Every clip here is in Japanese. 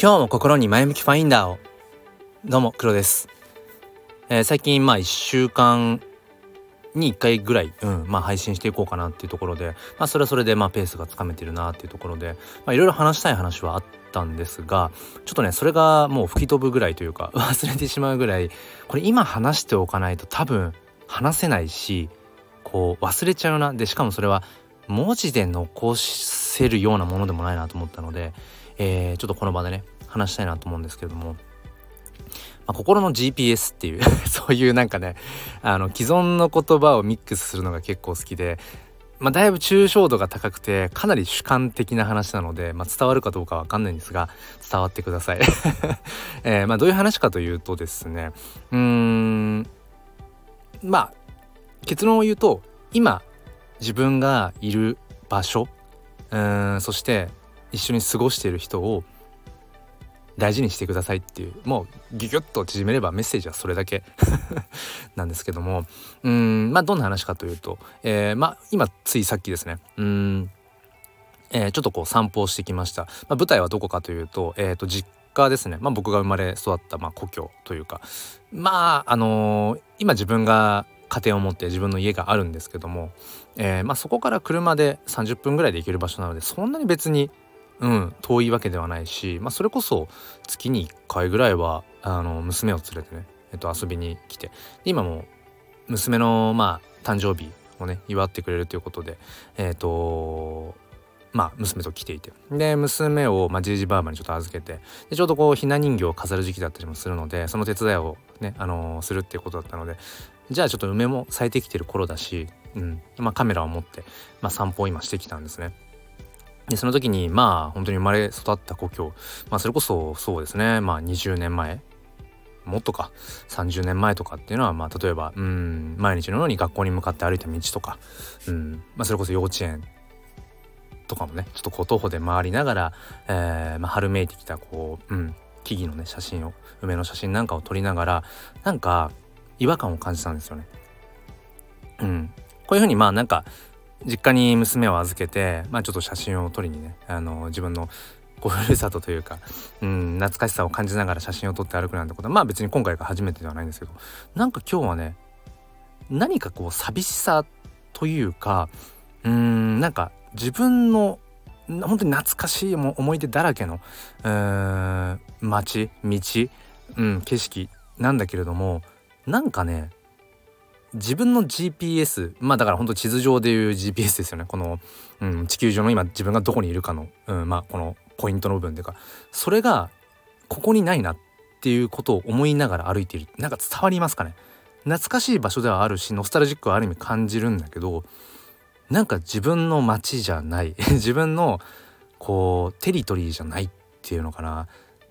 今日も心に前向きファインダーを。どうも黒です。最近1週間に1回ぐらい、配信していこうかなっていうところで、それはそれでペースがつかめてるなっていうところで、いろいろ話したい話はあったんですが、ちょっとねそれがもう吹き飛ぶぐらいというか忘れてしまうぐらい、これ今話しておかないと多分話せないし、こう忘れちゃうな。でしかもそれは文字で残せるようなものでもないなと思ったので、ちょっとこの場でね話したいなと思うんですけれども、心の GPS っていうそういう既存の言葉をミックスするのが結構好きで、だいぶ抽象度が高くてかなり主観的な話なので、伝わるかどうかわかんないんですが伝わってください、どういう話かというとですね、結論を言うと、今自分がいる場所、そして一緒に過ごしている人を大事にしてくださいっていう、もうギュギュッと縮めればメッセージはそれだけなんですけども、どんな話かというと、今ついさっきですね、ちょっとこう散歩をしてきました。舞台はどこかというと、実家ですね。僕が生まれ育った故郷というか、今自分が家庭を持って自分の家があるんですけども、そこから車で30分ぐらいで行ける場所なので、そんなに別に遠いわけではないし、それこそ月に1回ぐらいは娘を連れてね、遊びに来て、で今も娘の誕生日をね祝ってくれるということで、娘と来ていて、で娘をじいじばあばにちょっと預けて、でちょうどこうひな人形を飾る時期だったりもするので、その手伝いをね、するっていうことだったので、じゃあちょっと梅も咲いてきてる頃だし、カメラを持って、散歩を今してきたんですね。でその時に本当に生まれ育った故郷、それこそそうですね、20年前もっとか30年前とかっていうのは、例えば毎日のように学校に向かって歩いた道とか、それこそ幼稚園とかもねちょっとこう徒歩で回りながら、春めいてきたこう、木々のね写真を、梅の写真なんかを撮りながら違和感を感じたんですよね。こういうふうに実家に娘を預けて、ちょっと写真を撮りにね、自分のこうふるさとというか、懐かしさを感じながら写真を撮って歩くなんてことは別に今回が初めてではないんですけど、今日はね何かこう寂しさというか、自分の本当に懐かしい思い出だらけの街道、景色なんだけれども、自分の GPS、だから本当地図上でいう GPS ですよね。この、地球上の今自分がどこにいるかの、このポイントの部分というか、それがここにないなっていうことを思いながら歩いている。伝わりますかね。懐かしい場所ではあるし、ノスタルジックはある意味感じるんだけど、自分の街じゃない自分のこうテリトリーじゃないっていうのかな。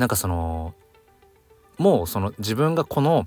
もうその自分がこの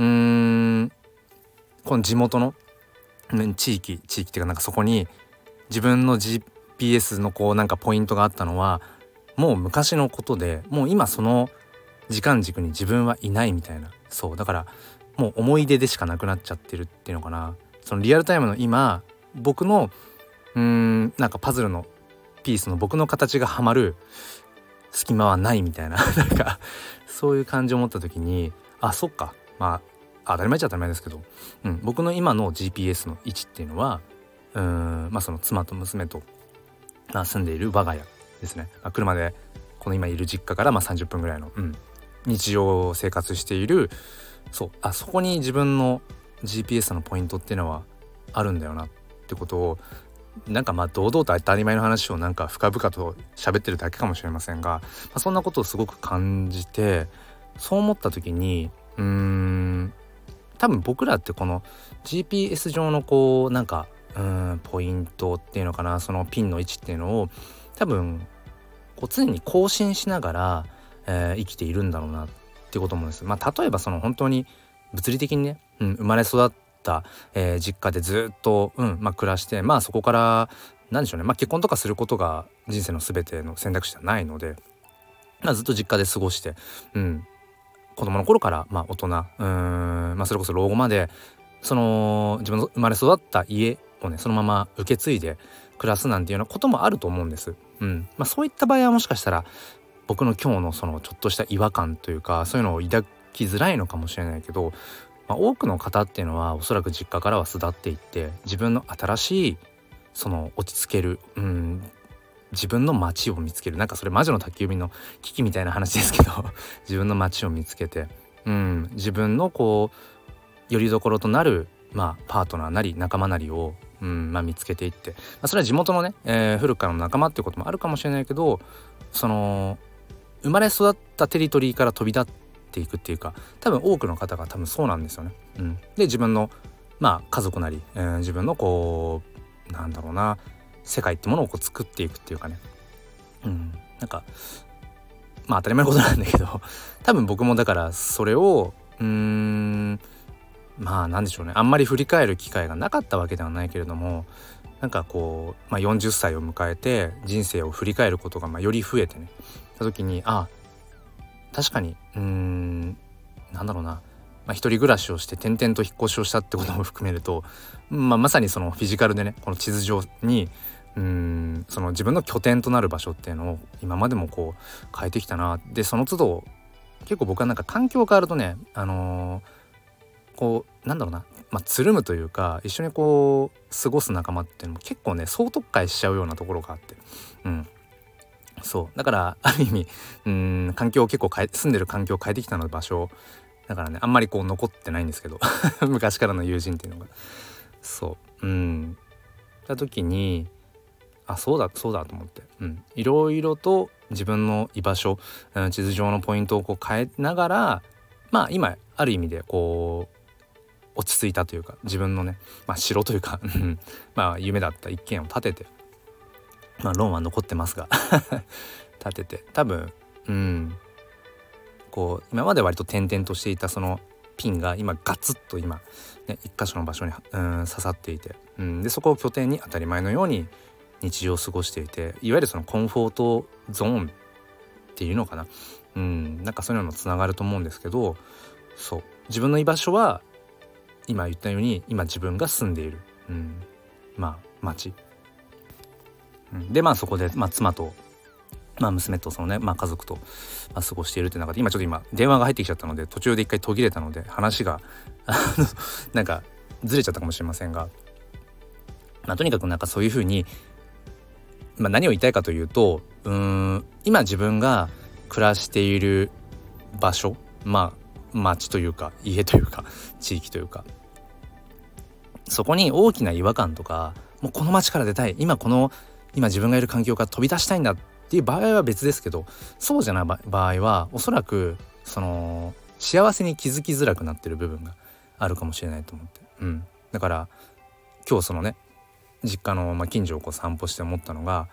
地元の地域っていうか、そこに自分の GPS のポイントがあったのはもう昔のことで、もう今その時間軸に自分はいないみたいな。そうだからもう思い出でしかなくなっちゃってるっていうのかな。そのリアルタイムの今僕のパズルのピースの僕の形がはまる隙間はないみたいなそういう感じを持った時に、そっか、当たり前っちゃ当たり前ですけど、僕の今の GPS の位置っていうのはその妻と娘と、住んでいる我が家ですね。車でこの今いる実家から30分ぐらいの、日常生活している、そこに自分の GPS のポイントっていうのはあるんだよなってことを、堂々と当たり前の話を深々と喋ってるだけかもしれませんが、そんなことをすごく感じて、そう思った時に多分僕らってこの GPS 上のこうポイントっていうのかな、そのピンの位置っていうのを多分こう常に更新しながら、生きているんだろうなってこともです。例えばその本当に物理的にね、生まれ育った、実家でずっと、暮らして、そこから何でしょうね、結婚とかすることが人生の全ての選択肢じゃないので、ずっと実家で過ごして、子供の頃から大人、それこそ老後までその自分の生まれ育った家をねそのまま受け継いで暮らすなんていうようなこともあると思うんです。そういった場合はもしかしたら僕の今日のそのちょっとした違和感というかそういうのを抱きづらいのかもしれないけど、多くの方っていうのはおそらく実家からは巣立っていって自分の新しいその落ち着ける、自分の街を見つける、なんかそれ魔女の宅急便の危機みたいな話ですけど自分の街を見つけて、自分のこう拠り所となる、パートナーなり仲間なりを、見つけていって、それは地元のね、古くからの仲間っていうこともあるかもしれないけど、その生まれ育ったテリトリーから飛び立っていくっていうか、多分多くの方が多分そうなんですよね。で自分の家族なり、自分のこうなんだろうな世界ってものをこう作っていくっていうかね、なんか当たり前のことなんだけど多分僕もだからそれをなんでしょうね、あんまり振り返る機会がなかったわけではないけれども、なんかこう、40歳を迎えて人生を振り返ることがより増えてねた時に確かになんだろうな、一人暮らしをして転々と引っ越しをしたってことも含めると、まさにそのフィジカルでねこの地図上にその自分の拠点となる場所っていうのを今までもこう変えてきたな。でその都度結構僕はなんか環境変わるとねこうなんだろうな、つるむというか一緒にこう過ごす仲間っていうのも結構ね総特会しちゃうようなところがあって、そうだからある意味環境を結構住んでる環境を変えてきたの場所だからね、あんまりこう残ってないんですけど昔からの友人っていうのがた時にそうだと思って、いろいろと自分の居場所、地図上のポイントをこう変えながら今ある意味でこう落ち着いたというか自分のね、城というか夢だった一軒を建ててローンは残ってますが建てて多分こう今まで割と点々としていたそのピンが今ガツッと今、ね、一箇所の場所に刺さっていて、でそこを拠点に当たり前のように日常を過ごしていて、いわゆるそのコンフォートゾーンっていうのかな、なんかそういうのつながると思うんですけど、そう自分の居場所は今言ったように今自分が住んでいる、町、でそこで、妻と、娘とそのね、家族と、過ごしているって中で今電話が入ってきちゃったので途中で一回途切れたので話がなんかずれちゃったかもしれませんが、とにかくなんかそういうふうに、何を言いたいかというと今自分が暮らしている場所、町というか家というか地域というか、そこに大きな違和感とかもうこの町から出たい今自分がいる環境から飛び出したいんだっていう場合は別ですけど、そうじゃない場合はおそらくその幸せに気づきづらくなってる部分があるかもしれないと思って、だから今日そのね実家の近所をこう散歩して思ったのが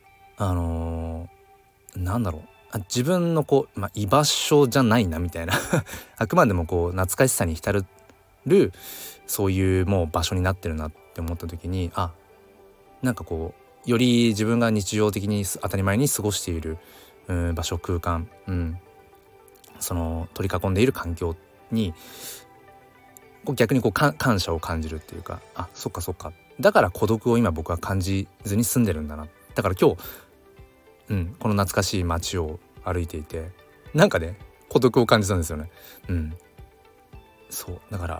なんだろう、自分のこう、居場所じゃないなみたいなあくまでもこう懐かしさに浸るそういうもう場所になってるなって思った時になんかこうより自分が日常的に当たり前に過ごしている場所空間、その取り囲んでいる環境にこう逆にこう感謝を感じるっていうか、そっかだから孤独を今僕は感じずに住んでるんだな。だから今日、この懐かしい街を歩いていてなんかね孤独を感じたんですよね。そうだから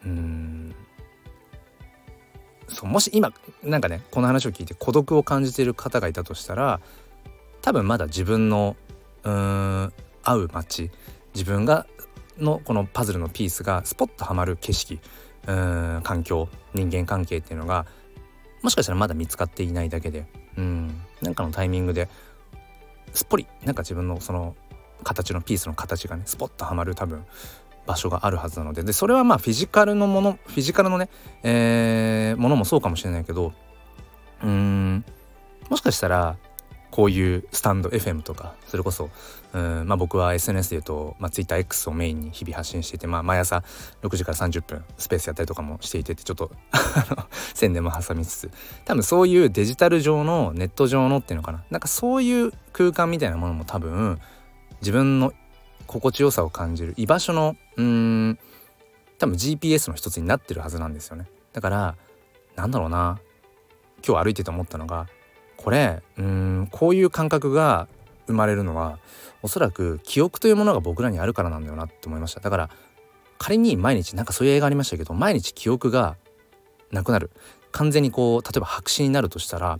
そうもし今なんかねこの話を聞いて孤独を感じている方がいたとしたら、多分まだ自分の合う街、自分がのこのパズルのピースがスポッとはまる景色、環境、人間関係っていうのがもしかしたらまだ見つかっていないだけで、なんかのタイミングですっぽりなんか自分のその形のピースの形がねスポッとはまる多分場所があるはずなので、それはフィジカルのね、ものもそうかもしれないけど、もしかしたらこういうスタンド FM とかそれこそ僕は SNS で言うと、TwitterX をメインに日々発信していて、毎朝6時から30分スペースやったりとかもしていてちょっと宣伝も挟みつつ、多分そういうデジタル上のネット上のっていうのかな、なんかそういう空間みたいなものも多分自分の心地よさを感じる居場所の多分 GPS の一つになってるはずなんですよね。だからなんだろうな、今日歩いてて思ったのがこれこういう感覚が生まれるのはおそらく記憶というものが僕らにあるからなんだよなって思いました。だから仮に毎日なんかそういう映画ありましたけど、毎日記憶がなくなる、完全にこう例えば白紙になるとしたら、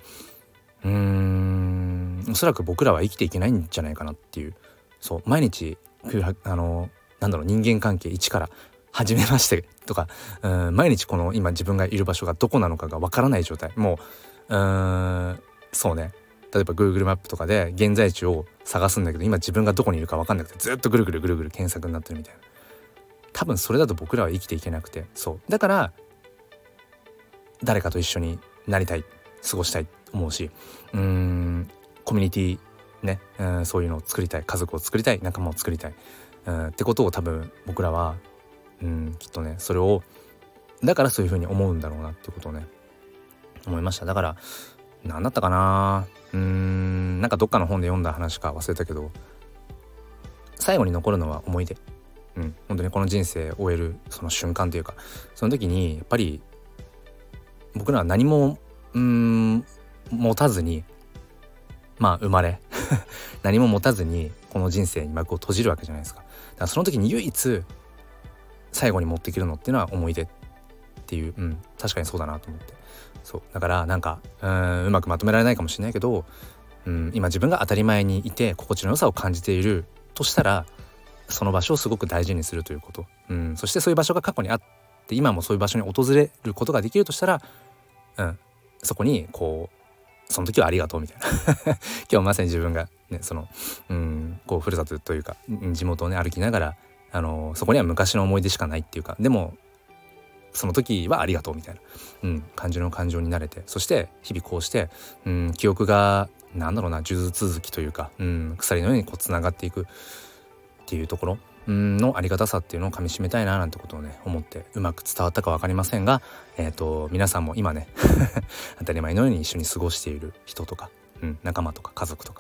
おそらく僕らは生きていけないんじゃないかなっていう。そう毎日人間関係一から始めましてとか、毎日この今自分がいる場所がどこなのかがわからない状態、もうそうね、例えば Google マップとかで現在地を探すんだけど、今自分がどこにいるか分かんなくてずっとぐるぐるぐるぐる検索になってるみたいな。多分それだと僕らは生きていけなくて、そうだから誰かと一緒になりたい、過ごしたいと思うし、コミュニティね、そういうのを作りたい、家族を作りたい、仲間を作りたい、ってことを多分僕らはきっとね、それをだからそういうふうに思うんだろうなってことをね思いました。だから何だったかな、なんかどっかの本で読んだ話か忘れたけど、最後に残るのは思い出。本当にこの人生を終えるその瞬間というか、その時にやっぱり僕らは何も持たずに生まれ何も持たずにこの人生に幕を閉じるわけじゃないですか。だからその時に唯一最後に持ってくるのっていうのは思い出っていう、確かにそうだなと思って。そうだからなんかうまくまとめられないかもしれないけど、今自分が当たり前にいて心地の良さを感じているとしたら、その場所をすごく大事にするということ、そしてそういう場所が過去にあって今もそういう場所に訪れることができるとしたら、そこにこうその時はありがとうみたいな今日まさに自分がねこうふるさとというか地元をね歩きながらそこには昔の思い出しかないっていうか、でもその時はありがとうみたいな、感情になれて、そして日々こうして記憶が数珠続きというか、鎖のようにこうつながっていくっていうところのありがたさっていうのをかみしめたいななんてことをね思って、うまく伝わったか分かりませんが、皆さんも今ね当たり前のように一緒に過ごしている人とか、仲間とか家族とか、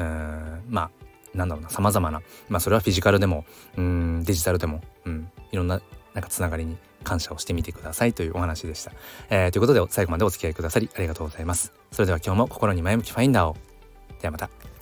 様々な、それはフィジカルでもデジタルでも、いろんなつながりに感謝をしてみてくださいというお話でした。ということで最後までお付き合いくださりありがとうございます。それでは今日も心に前向きファインダーを。ではまた。